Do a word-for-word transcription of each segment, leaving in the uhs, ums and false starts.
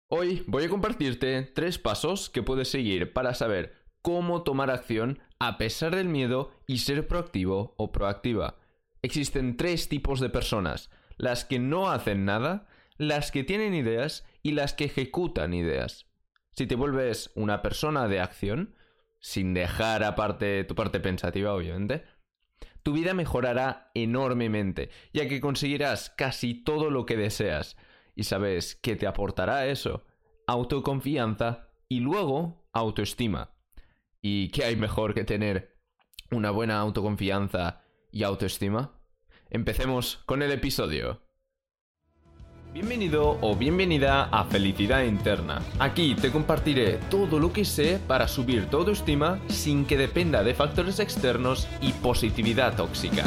Hoy voy a compartirte tres pasos que puedes seguir para saber cómo tomar acción a pesar del miedo y ser proactivo o proactiva. Existen tres tipos de personas: las que no hacen nada, las que tienen ideas y las que ejecutan ideas. Si te vuelves una persona de acción, sin dejar aparte tu parte pensativa, obviamente, tu vida mejorará enormemente, ya que conseguirás casi todo lo que deseas. ¿Y sabes qué te aportará eso? Autoconfianza y luego autoestima. ¿Y qué hay mejor que tener una buena autoconfianza y autoestima? Empecemos con el episodio. Bienvenido o bienvenida a Felicidad Interna. Aquí te compartiré todo lo que sé para subir tu autoestima sin que dependa de factores externos y positividad tóxica.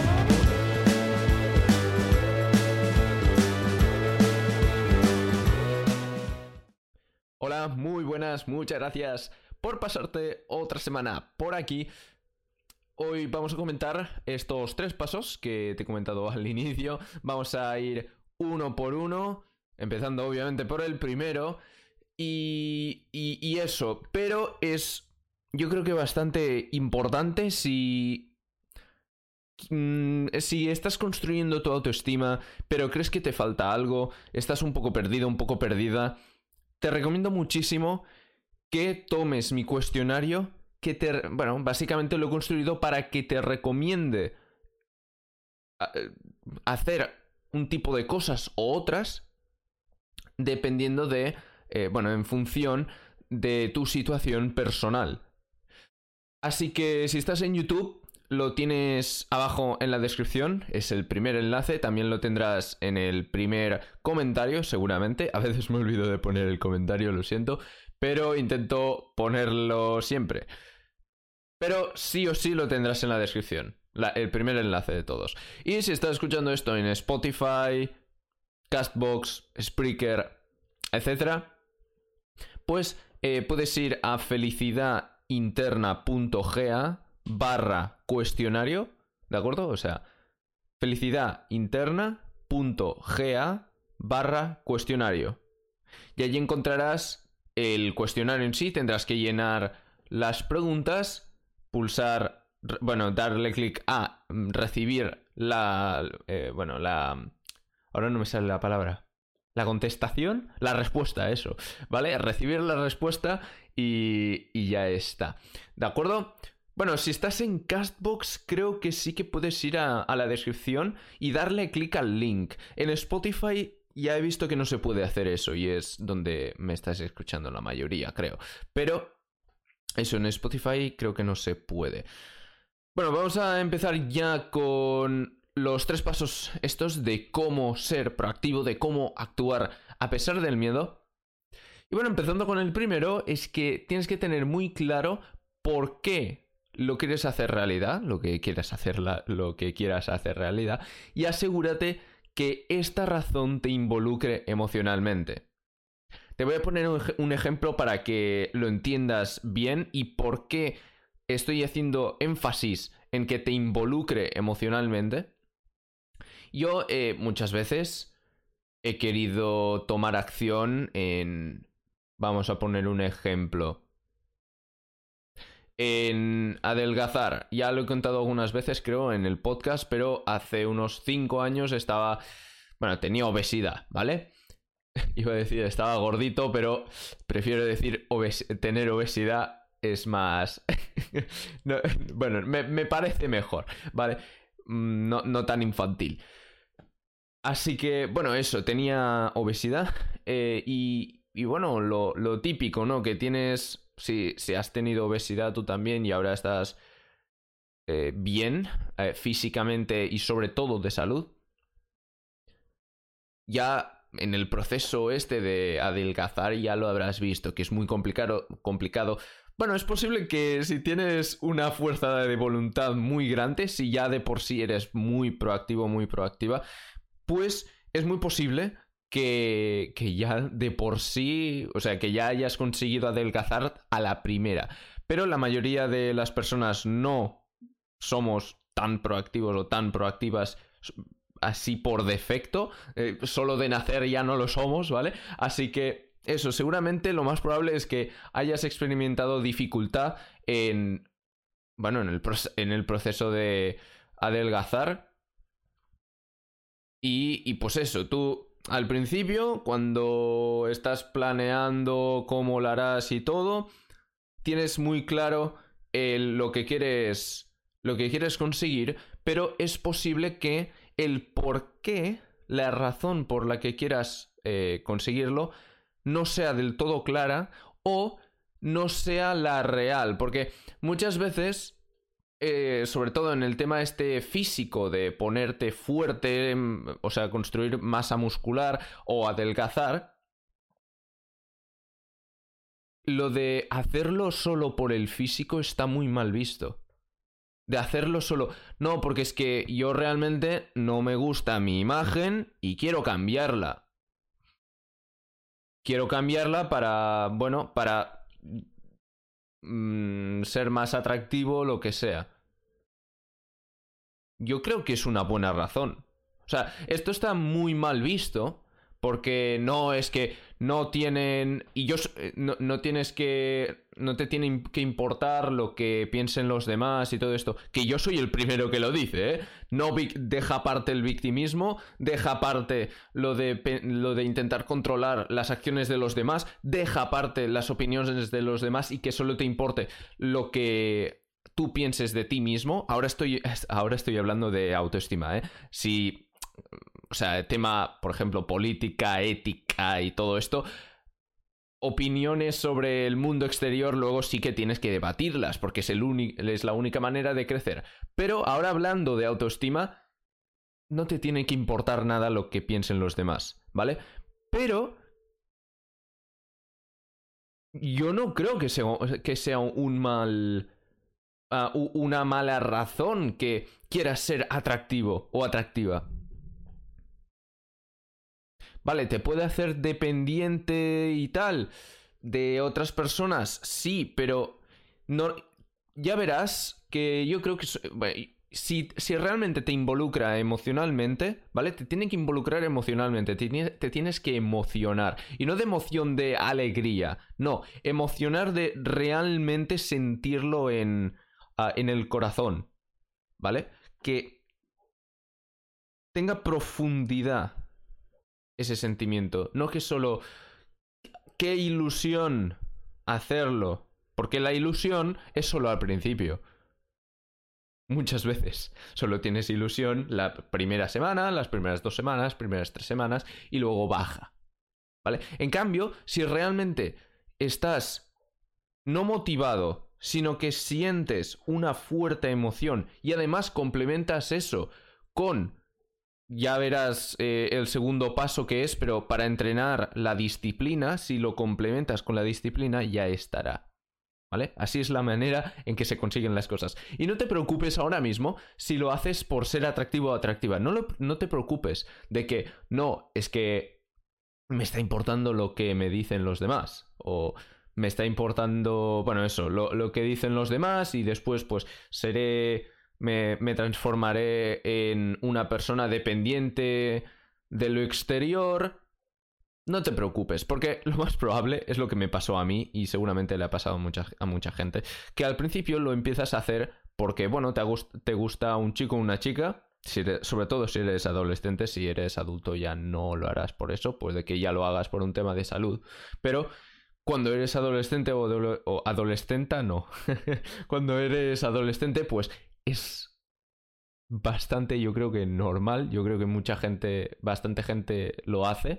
Hola, muy buenas, muchas gracias por pasarte otra semana por aquí. Hoy vamos a comentar estos tres pasos que te he comentado al inicio. Vamos a ir uno por uno, empezando obviamente por el primero. Y, y, y eso, pero es, yo creo que bastante importante si... Si estás construyendo tu autoestima, pero crees que te falta algo, estás un poco perdido, un poco perdida, te recomiendo muchísimo que tomes mi cuestionario, que te, bueno, básicamente lo he construido para que te recomiende hacer un tipo de cosas o otras, dependiendo de, eh, bueno, en función de tu situación personal. Así que si estás en YouTube, lo tienes abajo en la descripción, es el primer enlace, también lo tendrás en el primer comentario seguramente. A veces me olvido de poner el comentario, lo siento, pero intento ponerlo siempre. Pero sí o sí lo tendrás en la descripción, la, el primer enlace de todos. Y si estás escuchando esto en Spotify, Castbox, Spreaker, etcétera, pues eh, puedes ir a felicidadinterna.ga barra cuestionario, ¿de acuerdo? O sea, felicidadinterna.ga barra cuestionario. Y allí encontrarás el cuestionario en sí, tendrás que llenar las preguntas, pulsar, bueno, darle clic a recibir la, eh, bueno, la, ahora no me sale la palabra, la contestación, la respuesta, eso, ¿vale? Recibir la respuesta y, y ya está, ¿de acuerdo? Bueno, si estás en Castbox, creo que sí que puedes ir a, a la descripción y darle clic al link. En Spotify ya he visto que no se puede hacer eso y es donde me estás escuchando la mayoría, creo. Pero eso, en Spotify creo que no se puede. Bueno, vamos a empezar ya con los tres pasos estos de cómo ser proactivo, de cómo actuar a pesar del miedo. Y bueno, empezando con el primero, es que tienes que tener muy claro por qué lo quieres hacer realidad, lo que quieras hacer, la, lo que quieras hacer realidad, y asegúrate que esta razón te involucre emocionalmente. Te voy a poner un, un ejemplo para que lo entiendas bien y por qué estoy haciendo énfasis en que te involucre emocionalmente. Yo eh, muchas veces he querido tomar acción en... Vamos a poner un ejemplo. En adelgazar, ya lo he contado algunas veces creo en el podcast, pero hace unos cinco años estaba, bueno, tenía obesidad, ¿vale? Iba a decir estaba gordito, pero prefiero decir obes- tener obesidad es más... no, bueno, me, me parece mejor, ¿vale? No, no tan infantil. Así que, bueno, eso, tenía obesidad eh, y, y bueno, lo, lo típico, ¿no? Que tienes... Si, si has tenido obesidad tú también y ahora estás eh, bien eh, físicamente y sobre todo de salud, ya en el proceso este de adelgazar ya lo habrás visto, que es muy complicado, complicado. Bueno, es posible que si tienes una fuerza de voluntad muy grande, si ya de por sí eres muy proactivo, muy proactiva, pues es muy posible Que, que ya de por sí, o sea, que ya hayas conseguido adelgazar a la primera. Pero la mayoría de las personas no somos tan proactivos o tan proactivas así por defecto. Eh, solo de nacer ya no lo somos, ¿vale? Así que eso, seguramente lo más probable es que hayas experimentado dificultad en, bueno, en el, en el proceso de adelgazar. Y, y pues eso, tú al principio, cuando estás planeando cómo lo harás y todo, tienes muy claro el, lo que quieres, lo que quieres conseguir, pero es posible que el por qué, la razón por la que quieras eh, conseguirlo, no sea del todo clara o no sea la real, porque muchas veces, eh, sobre todo en el tema este físico de ponerte fuerte, o sea, construir masa muscular o adelgazar, lo de hacerlo solo por el físico está muy mal visto. De hacerlo solo... No, porque es que yo realmente no me gusta mi imagen y quiero cambiarla. Quiero cambiarla para, bueno, para mmm, ser más atractivo, lo que sea. Yo creo que es una buena razón. O sea, esto está muy mal visto porque no es que no tienen... Y yo... No, no tienes que... No te tiene que importar lo que piensen los demás y todo esto. Que yo soy el primero que lo dice, ¿eh? No deja aparte el victimismo, deja aparte lo de, lo de intentar controlar las acciones de los demás, deja aparte las opiniones de los demás y que solo te importe lo que tú pienses de ti mismo. Ahora estoy, ahora estoy hablando de autoestima, ¿eh? Si... O sea, tema, por ejemplo, política, ética y todo esto... Opiniones sobre el mundo exterior luego sí que tienes que debatirlas porque es, el es la única manera de crecer. Pero ahora hablando de autoestima, no te tiene que importar nada lo que piensen los demás, ¿vale? Pero yo no creo que sea, que sea un mal... Uh, una mala razón que quieras ser atractivo o atractiva. Vale, ¿te puede hacer dependiente y tal de otras personas? Sí, pero no, ya verás que yo creo que bueno, si, si realmente te involucra emocionalmente, ¿vale? Te tiene que involucrar emocionalmente, te, te tienes que emocionar. Y no de emoción de alegría, no, emocionar de realmente sentirlo en, uh, en el corazón, ¿vale? Que tenga profundidad ese sentimiento, no que solo qué ilusión hacerlo, porque la ilusión es solo al principio. Muchas veces solo tienes ilusión la primera semana, las primeras dos semanas, primeras tres semanas y luego baja, ¿vale? En cambio, si realmente estás no motivado, sino que sientes una fuerte emoción y además complementas eso con... Ya verás eh, el segundo paso que es, pero para entrenar la disciplina, si lo complementas con la disciplina, ya estará. ¿Vale? Así es la manera en que se consiguen las cosas. Y no te preocupes ahora mismo si lo haces por ser atractivo o atractiva. No, lo, no te preocupes de que, no, es que me está importando lo que me dicen los demás. O me está importando, bueno, eso, lo, lo que dicen los demás y después pues seré... Me, me transformaré en una persona dependiente de lo exterior. No te preocupes, porque lo más probable es lo que me pasó a mí y seguramente le ha pasado a mucha, a mucha gente, que al principio lo empiezas a hacer porque, bueno, te, te gusta un chico o una chica, si eres, sobre todo si eres adolescente. Si eres adulto ya no lo harás por eso, puede que ya lo hagas por un tema de salud, pero... Cuando eres adolescente o, o adolescenta, no. Cuando eres adolescente, pues es bastante, yo creo que normal. Yo creo que mucha gente, bastante gente lo hace.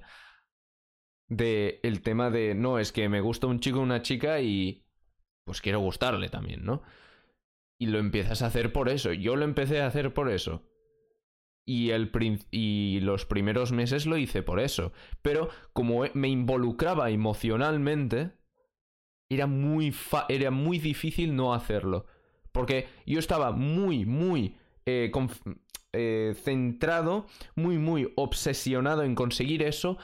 De el tema de, no, es que me gusta un chico o una chica y pues quiero gustarle también, ¿no? Y lo empiezas a hacer por eso. Yo lo empecé a hacer por eso. Y, el y los primeros meses lo hice por eso. Pero como me involucraba emocionalmente, era muy, fa era muy difícil no hacerlo. Porque yo estaba muy, muy eh, eh, centrado, muy, muy obsesionado en conseguir eso.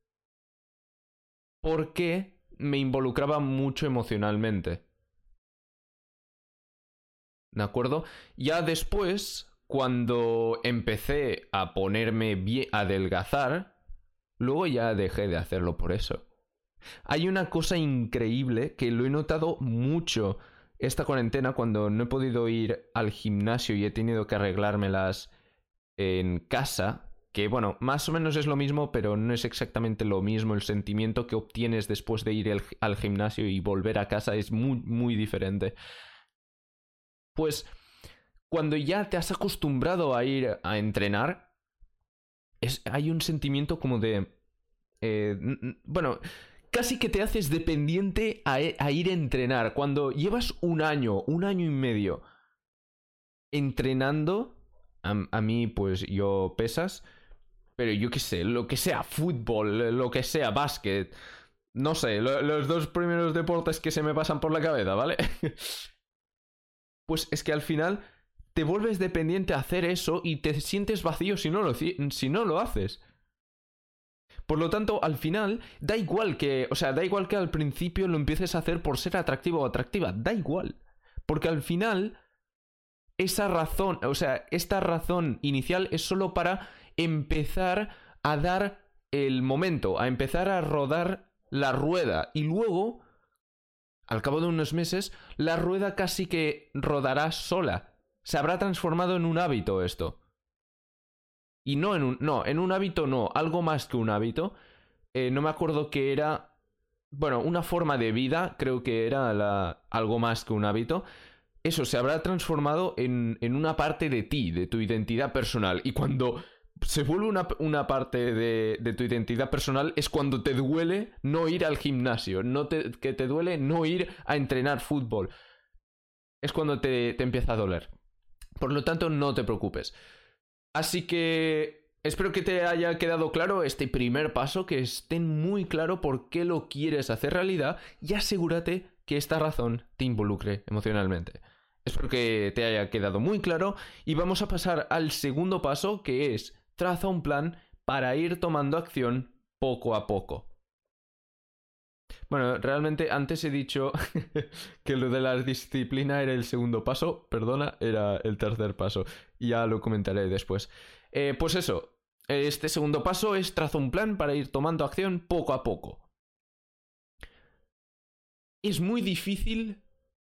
Porque me involucraba mucho emocionalmente. ¿De acuerdo? Ya después... Cuando empecé a ponerme bien, a adelgazar, luego ya dejé de hacerlo por eso. Hay una cosa increíble que lo he notado mucho esta cuarentena cuando no he podido ir al gimnasio y he tenido que arreglármelas en casa, que bueno, más o menos es lo mismo, pero no es exactamente lo mismo. El sentimiento que obtienes después de ir el, al gimnasio y volver a casa es muy, muy diferente. Pues cuando ya te has acostumbrado a ir a entrenar, es, hay un sentimiento como de... Eh, bueno, casi que te haces dependiente a, a ir a entrenar. Cuando llevas un año, un año y medio entrenando, a, a mí pues yo pesas, pero yo qué sé, lo que sea, fútbol, lo que sea, básquet, no sé, lo, los dos primeros deportes que se me pasan por la cabeza, ¿vale? Pues es que al final te vuelves dependiente a hacer eso y te sientes vacío si no lo, si no lo haces. Por lo tanto, al final, da igual que, o sea, da igual que al principio lo empieces a hacer por ser atractivo o atractiva, da igual. Porque al final, esa razón, o sea, esta razón inicial es solo para empezar a dar el momento, a empezar a rodar la rueda. Y luego, al cabo de unos meses, la rueda casi que rodará sola. Se habrá transformado en un hábito esto. Y no en un... No, en un hábito no. Algo más que un hábito. Eh, no me acuerdo qué era... Bueno, una forma de vida. Creo que era la... algo más que un hábito. Eso se habrá transformado en, en una parte de ti, de tu identidad personal. Y cuando se vuelve una, una parte de, de tu identidad personal es cuando te duele no ir al gimnasio. No te, que te duele no ir a entrenar fútbol. Es cuando te, te empieza a doler. Por lo tanto, no te preocupes. Así que espero que te haya quedado claro este primer paso, que esté muy claro por qué lo quieres hacer realidad y asegúrate que esta razón te involucre emocionalmente. Espero que te haya quedado muy claro y vamos a pasar al segundo paso, que es traza un plan para ir tomando acción poco a poco. Bueno, realmente antes he dicho que lo de la disciplina era el segundo paso, perdona, era el tercer paso. Ya lo comentaré después. Eh, pues eso, este segundo paso es traza un plan para ir tomando acción poco a poco. Es muy difícil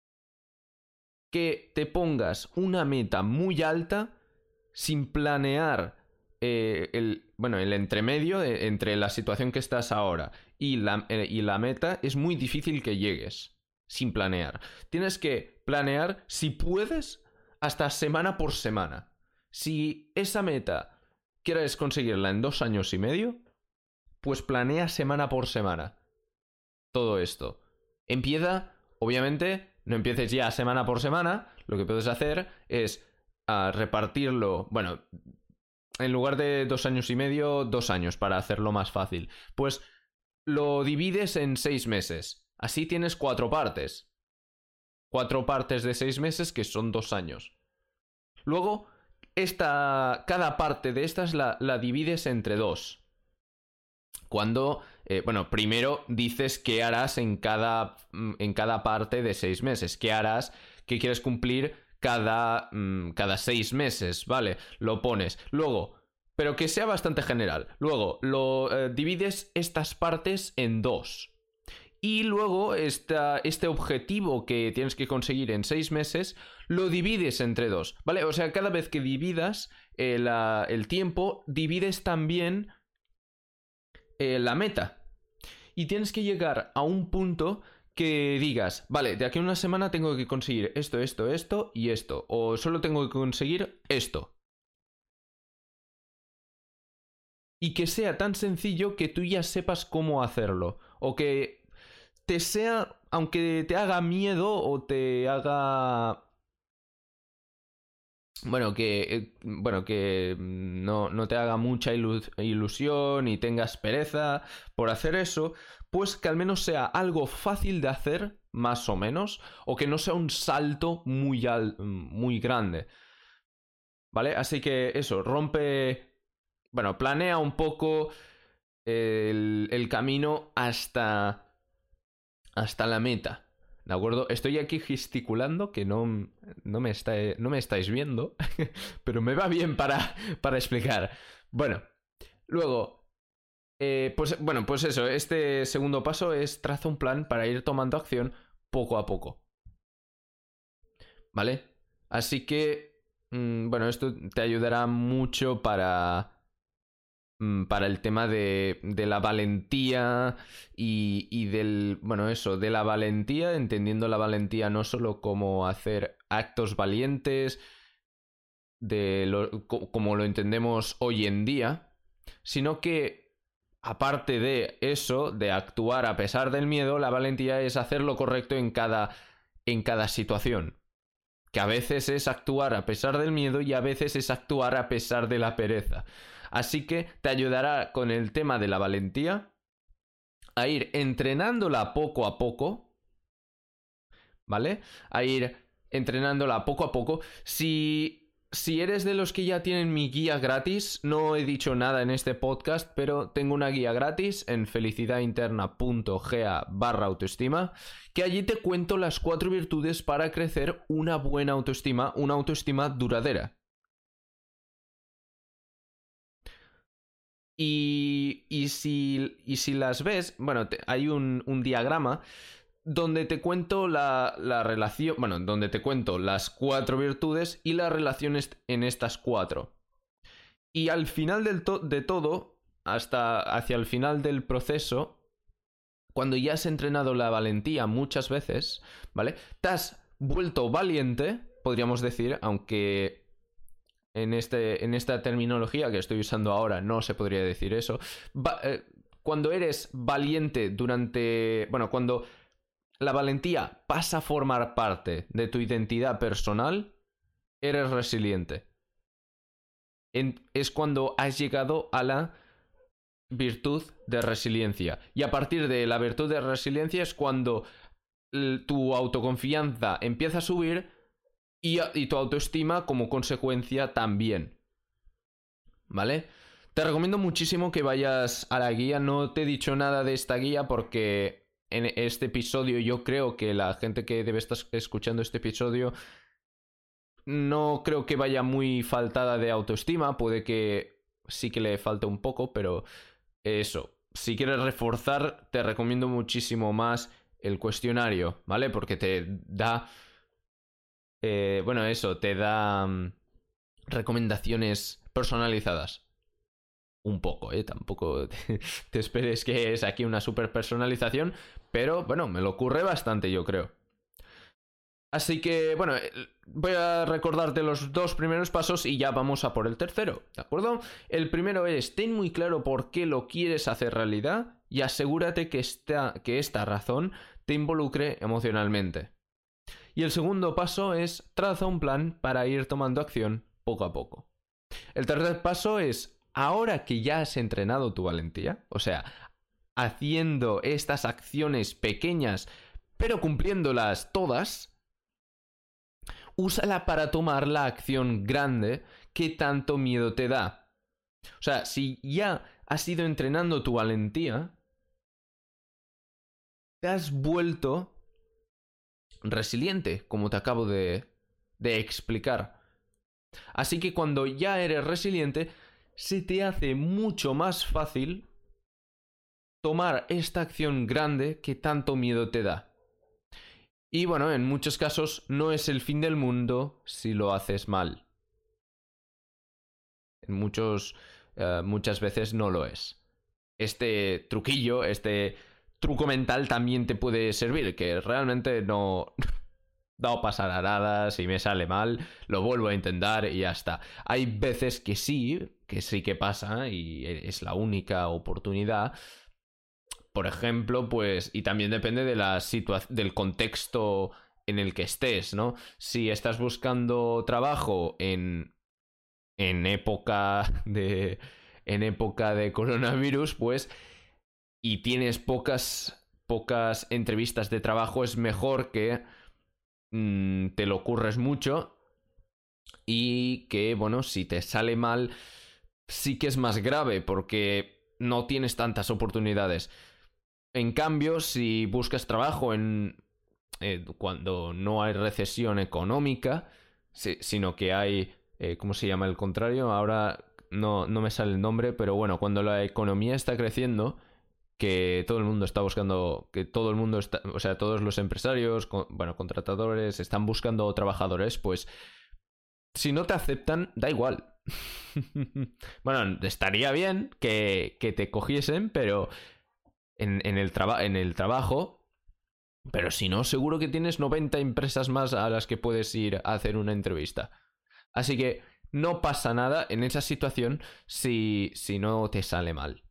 que te pongas una meta muy alta sin planear eh, el, bueno, el entremedio de, entre la situación que estás ahora y la, eh, y la meta. Es muy difícil que llegues sin planear. Tienes que planear, si puedes, hasta semana por semana. Si esa meta quieres conseguirla en dos años y medio, pues planea semana por semana todo esto. Empieza, obviamente, no empieces ya semana por semana. Lo que puedes hacer es uh, repartirlo, bueno, en lugar de dos años y medio, dos años, para hacerlo más fácil. Pues lo divides en seis meses. Así tienes cuatro partes. Cuatro partes de seis meses, que son dos años. Luego, esta, cada parte de estas la, la divides entre dos. Cuando, eh, bueno, primero dices qué harás en cada, en cada parte de seis meses. ¿Qué harás? ¿Qué quieres cumplir cada, mmm, cada seis meses? ¿Vale? Lo pones. Luego, pero que sea bastante general. Luego, lo eh, divides estas partes en dos. Y luego, esta, este objetivo que tienes que conseguir en seis meses, lo divides entre dos. ¿Vale? O sea, cada vez que dividas eh, la, el tiempo, divides también Eh, la meta. Y tienes que llegar a un punto que digas, vale, de aquí a una semana tengo que conseguir esto, esto, esto y esto. O solo tengo que conseguir esto. Y que sea tan sencillo que tú ya sepas cómo hacerlo. O que te sea, aunque te haga miedo o te haga... Bueno, que, bueno, que no, no te haga mucha ilus- ilusión y tengas pereza por hacer eso, pues que al menos sea algo fácil de hacer, más o menos, o que no sea un salto muy, al- muy grande. ¿Vale? Así que eso, rompe, bueno, planea un poco el, el camino hasta, hasta la meta. ¿De acuerdo? Estoy aquí gesticulando, que no, no, me, está, no me estáis viendo, pero me va bien para, para explicar. Bueno, luego, Eh, pues bueno, pues eso, este segundo paso es traza un plan para ir tomando acción poco a poco. ¿Vale? Así que, mmm, bueno, esto te ayudará mucho para, mmm, para el tema de, de la valentía y, y del, bueno, eso, de la valentía, entendiendo la valentía no solo como hacer actos valientes, de lo, co- como lo entendemos hoy en día, sino que aparte de eso, de actuar a pesar del miedo, la valentía es hacer lo correcto en cada, en cada situación. Que a veces es actuar a pesar del miedo y a veces es actuar a pesar de la pereza. Así que te ayudará con el tema de la valentía a ir entrenándola poco a poco, ¿vale? A ir entrenándola poco a poco. Si Si eres de los que ya tienen mi guía gratis, no he dicho nada en este podcast, pero tengo una guía gratis en felicidadinterna.ga barra autoestima, que allí te cuento las cuatro virtudes para crecer una buena autoestima, una autoestima duradera. Y, y, si, y si las ves, bueno, te, hay un, un diagrama donde te cuento la, la relación, bueno, donde te cuento las cuatro virtudes y las relaciones en estas cuatro. Y al final del to- de todo, hasta hacia el final del proceso, cuando ya has entrenado la valentía muchas veces, ¿vale? Te has vuelto valiente, podríamos decir, aunque en, este, en esta terminología que estoy usando ahora no se podría decir eso. Va- eh, cuando eres valiente durante, bueno, cuando la valentía pasa a formar parte de tu identidad personal, eres resiliente. En- es cuando has llegado a la virtud de resiliencia. Y a partir de la virtud de resiliencia es cuando l- tu autoconfianza empieza a subir y, a- y tu autoestima como consecuencia también. ¿Vale? Te recomiendo muchísimo que vayas a la guía. No te he dicho nada de esta guía porque en este episodio yo creo que la gente que debe estar escuchando este episodio no creo que vaya muy faltada de autoestima. Puede que sí que le falte un poco, pero eso. Si quieres reforzar, te recomiendo muchísimo más el cuestionario, ¿vale? Porque te da... eh, bueno, eso, te da mm, recomendaciones personalizadas. Un poco, ¿eh? Tampoco te, te esperes que es aquí una super personalización, pero bueno, me lo ocurre bastante, yo creo. Así que, bueno, eh, voy a recordarte los dos primeros pasos y ya vamos a por el tercero, ¿de acuerdo? El primero es, ten muy claro por qué lo quieres hacer realidad y asegúrate que esta, que esta razón te involucre emocionalmente. Y el segundo paso es, traza un plan para ir tomando acción poco a poco. El tercer paso es, ahora que ya has entrenado tu valentía, o sea, haciendo estas acciones pequeñas, pero cumpliéndolas todas, úsala para tomar la acción grande que tanto miedo te da. O sea, si ya has ido entrenando tu valentía, te has vuelto resiliente, como te acabo de, de explicar. Así que cuando ya eres resiliente, se te hace mucho más fácil tomar esta acción grande que tanto miedo te da. Y bueno, en muchos casos no es el fin del mundo si lo haces mal. En muchos, eh, muchas veces no lo es. Este truquillo, este truco mental también te puede servir, que realmente no, no pasará nada, si me sale mal, lo vuelvo a intentar y ya está. Hay veces que sí, que sí que pasa y es la única oportunidad. Por ejemplo, pues, y también depende de la situa- del contexto en el que estés, ¿no? Si estás buscando trabajo en, en época de, en época de coronavirus, pues, y tienes pocas, pocas entrevistas de trabajo, es mejor que mmm, te lo curres mucho y que, bueno, si te sale mal, sí que es más grave porque no tienes tantas oportunidades. En cambio, si buscas trabajo en eh, cuando no hay recesión económica, si, sino que hay, eh, ¿cómo se llama el contrario? Ahora no, no me sale el nombre, pero bueno, cuando la economía está creciendo, que todo el mundo está buscando, que todo el mundo está, o sea, todos los empresarios, con, bueno, contratadores están buscando trabajadores, pues si no te aceptan, da igual. Bueno, estaría bien que, que te cogiesen, pero en, en, el traba, en el trabajo, pero si no, seguro que tienes noventa empresas más a las que puedes ir a hacer una entrevista. Así que no pasa nada en esa situación si, si no te sale mal.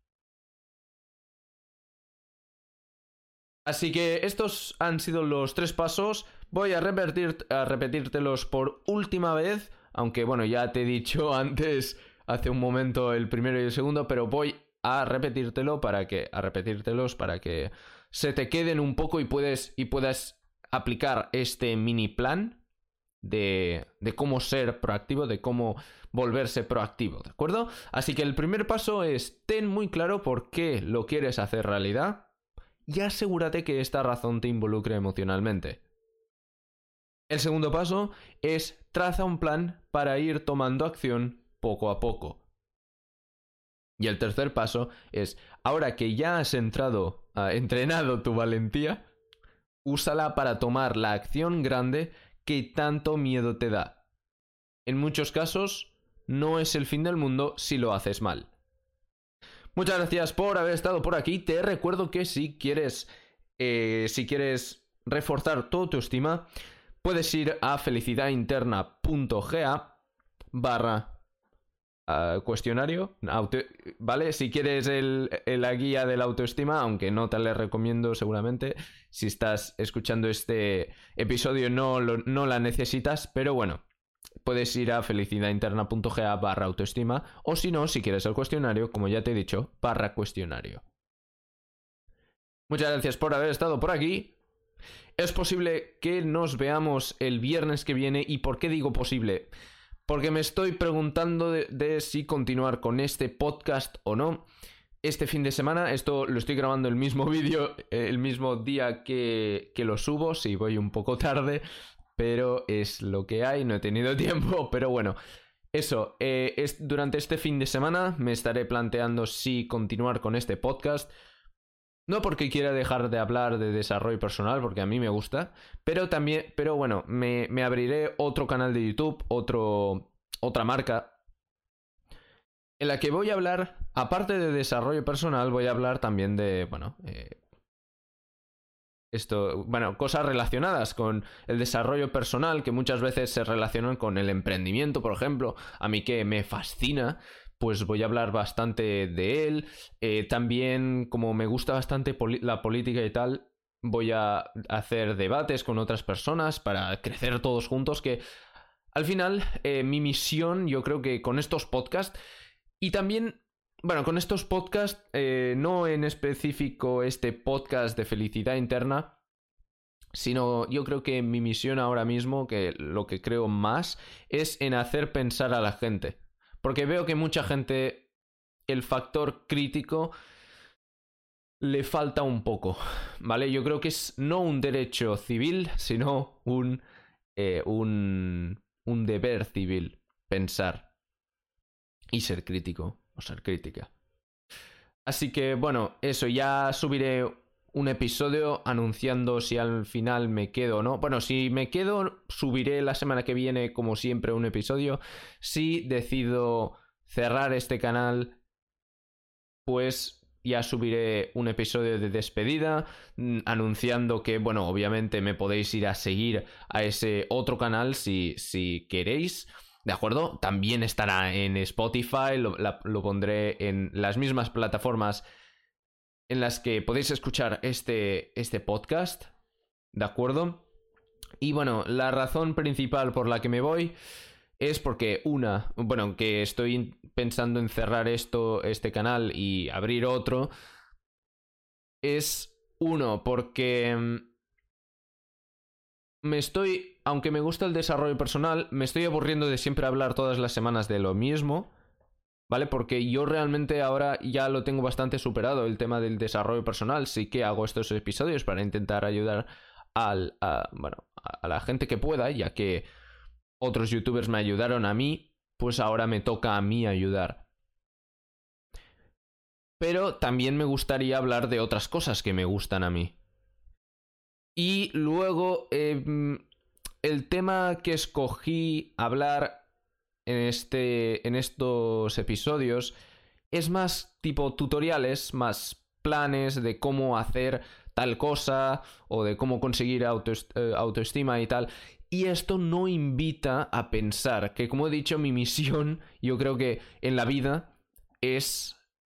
Así que estos han sido los tres pasos. Voy a, repetir, a repetírtelos por última vez. Aunque bueno, ya te he dicho antes, hace un momento, el primero y el segundo. Pero voy a repetírtelo para que, a repetírtelos para que se te queden un poco y, puedes, y puedas aplicar este mini plan de, de cómo ser proactivo, de cómo volverse proactivo, ¿de acuerdo? Así que el primer paso es: ten muy claro por qué lo quieres hacer realidad. Y asegúrate que esta razón te involucre emocionalmente. El segundo paso es: traza un plan para ir tomando acción poco a poco. Y el tercer paso es: ahora que ya has entrado, uh, entrenado tu valentía, úsala para tomar la acción grande que tanto miedo te da. En muchos casos, no es el fin del mundo si lo haces mal. Muchas gracias por haber estado por aquí. Te recuerdo que si quieres, eh, si quieres reforzar tu autoestima, puedes ir a felicidadinterna.ga barra uh, cuestionario, auto, ¿vale? Si quieres el, el, la guía de la autoestima, aunque no te la recomiendo seguramente, si estás escuchando este episodio no, lo, no la necesitas, pero bueno. Puedes ir a felicidadinterna.ga barra autoestima, o si no, si quieres el cuestionario, como ya te he dicho, barra cuestionario. Muchas gracias por haber estado por aquí. Es posible que nos veamos el viernes que viene. ¿Y por qué digo posible? Porque me estoy preguntando de, de si continuar con este podcast o no. Este fin de semana, esto lo estoy grabando el mismo vídeo, el mismo día que, que lo subo, si voy un poco tarde, pero es lo que hay, no he tenido tiempo, pero bueno, eso, eh, es, durante este fin de semana me estaré planteando si continuar con este podcast, no porque quiera dejar de hablar de desarrollo personal, porque a mí me gusta, pero también, pero bueno, me, me abriré otro canal de YouTube, otro, otra marca, en la que voy a hablar, aparte de desarrollo personal, voy a hablar también de, bueno, eh, Esto, bueno, cosas relacionadas con el desarrollo personal que muchas veces se relacionan con el emprendimiento, por ejemplo. A mí que me fascina, pues voy a hablar bastante de él. Eh, también, como me gusta bastante poli- la política y tal, voy a hacer debates con otras personas para crecer todos juntos, que al final eh, mi misión, yo creo que con estos podcasts y también... Bueno, con estos podcasts, eh, no en específico este podcast de felicidad interna, sino yo creo que mi misión ahora mismo, que lo que creo más, es en hacer pensar a la gente. Porque veo que mucha gente, el factor crítico le falta un poco, ¿vale? Yo creo que es no un derecho civil, sino un, eh, un, un deber civil, pensar y ser crítico. O ser crítica. Así que bueno, eso, ya subiré un episodio anunciando si al final me quedo o no. Bueno, si me quedo, subiré la semana que viene, como siempre, un episodio. Si decido cerrar este canal, pues ya subiré un episodio de despedida, anunciando que, bueno, obviamente me podéis ir a seguir a ese otro canal si, si queréis. ¿De acuerdo? También estará en Spotify, lo, la, lo pondré en las mismas plataformas en las que podéis escuchar este, este podcast. ¿De acuerdo? Y bueno, la razón principal por la que me voy es porque una, bueno, que estoy pensando en cerrar esto, este canal y abrir otro. Es uno, porque me estoy, aunque me gusta el desarrollo personal, me estoy aburriendo de siempre hablar todas las semanas de lo mismo, ¿vale? Porque yo realmente ahora ya lo tengo bastante superado, el tema del desarrollo personal. Sí que hago estos episodios para intentar ayudar al, a, bueno, a la gente que pueda, ya que otros youtubers me ayudaron a mí, pues ahora me toca a mí ayudar. pero también me gustaría hablar de otras cosas que me gustan a mí. Y luego, eh, el tema que escogí hablar en, este, en estos episodios es más tipo tutoriales, más planes de cómo hacer tal cosa o de cómo conseguir autoest- eh, autoestima y tal. Y esto no invita a pensar, que como he dicho, mi misión, yo creo que en la vida es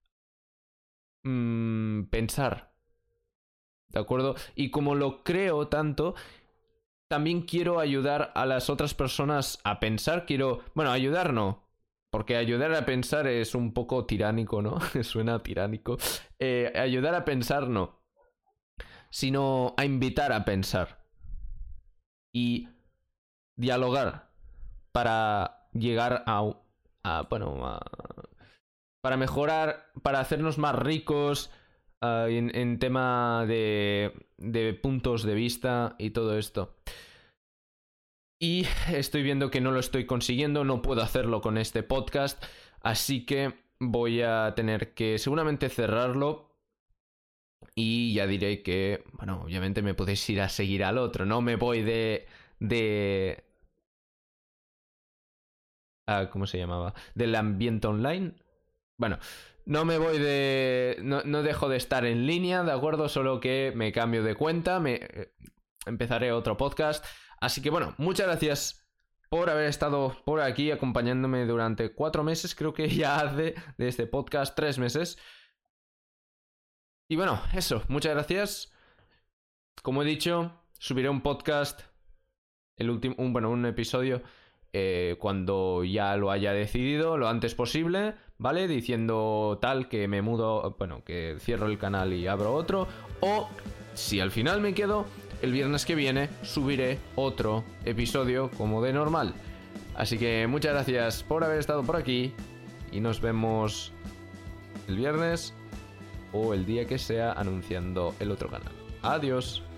mmm, pensar, ¿de acuerdo? Y como lo creo tanto, también quiero ayudar a las otras personas a pensar. Quiero, bueno, ayudar no, porque ayudar a pensar es un poco tiránico, ¿no? Suena tiránico. Eh, ayudar a pensar no, sino a invitar a pensar y dialogar para llegar a, a bueno, a, para mejorar, para hacernos más ricos uh, en, en tema de, de puntos de vista y todo esto. Y estoy viendo que no lo estoy consiguiendo, no puedo hacerlo con este podcast, así que voy a tener que seguramente cerrarlo. Y ya diré que, bueno, obviamente me podéis ir a seguir al otro. No me voy de... de... Ah, ¿cómo se llamaba? Del ambiente online. Bueno, no me voy de... No, no dejo de estar en línea, ¿de acuerdo? Solo que me cambio de cuenta, me... empezaré otro podcast. Así que bueno, muchas gracias por haber estado por aquí acompañándome durante cuatro meses. Creo que ya hace de este podcast tres meses. Y bueno, eso, muchas gracias. Como he dicho, subiré un podcast, el último, un, bueno, un episodio eh, cuando ya lo haya decidido, lo antes posible, ¿vale? Diciendo tal que me mudo, bueno, que cierro el canal y abro otro. O si al final me quedo, el viernes que viene subiré otro episodio como de normal. Así que muchas gracias por haber estado por aquí y nos vemos el viernes o el día que sea anunciando el otro canal. Adiós.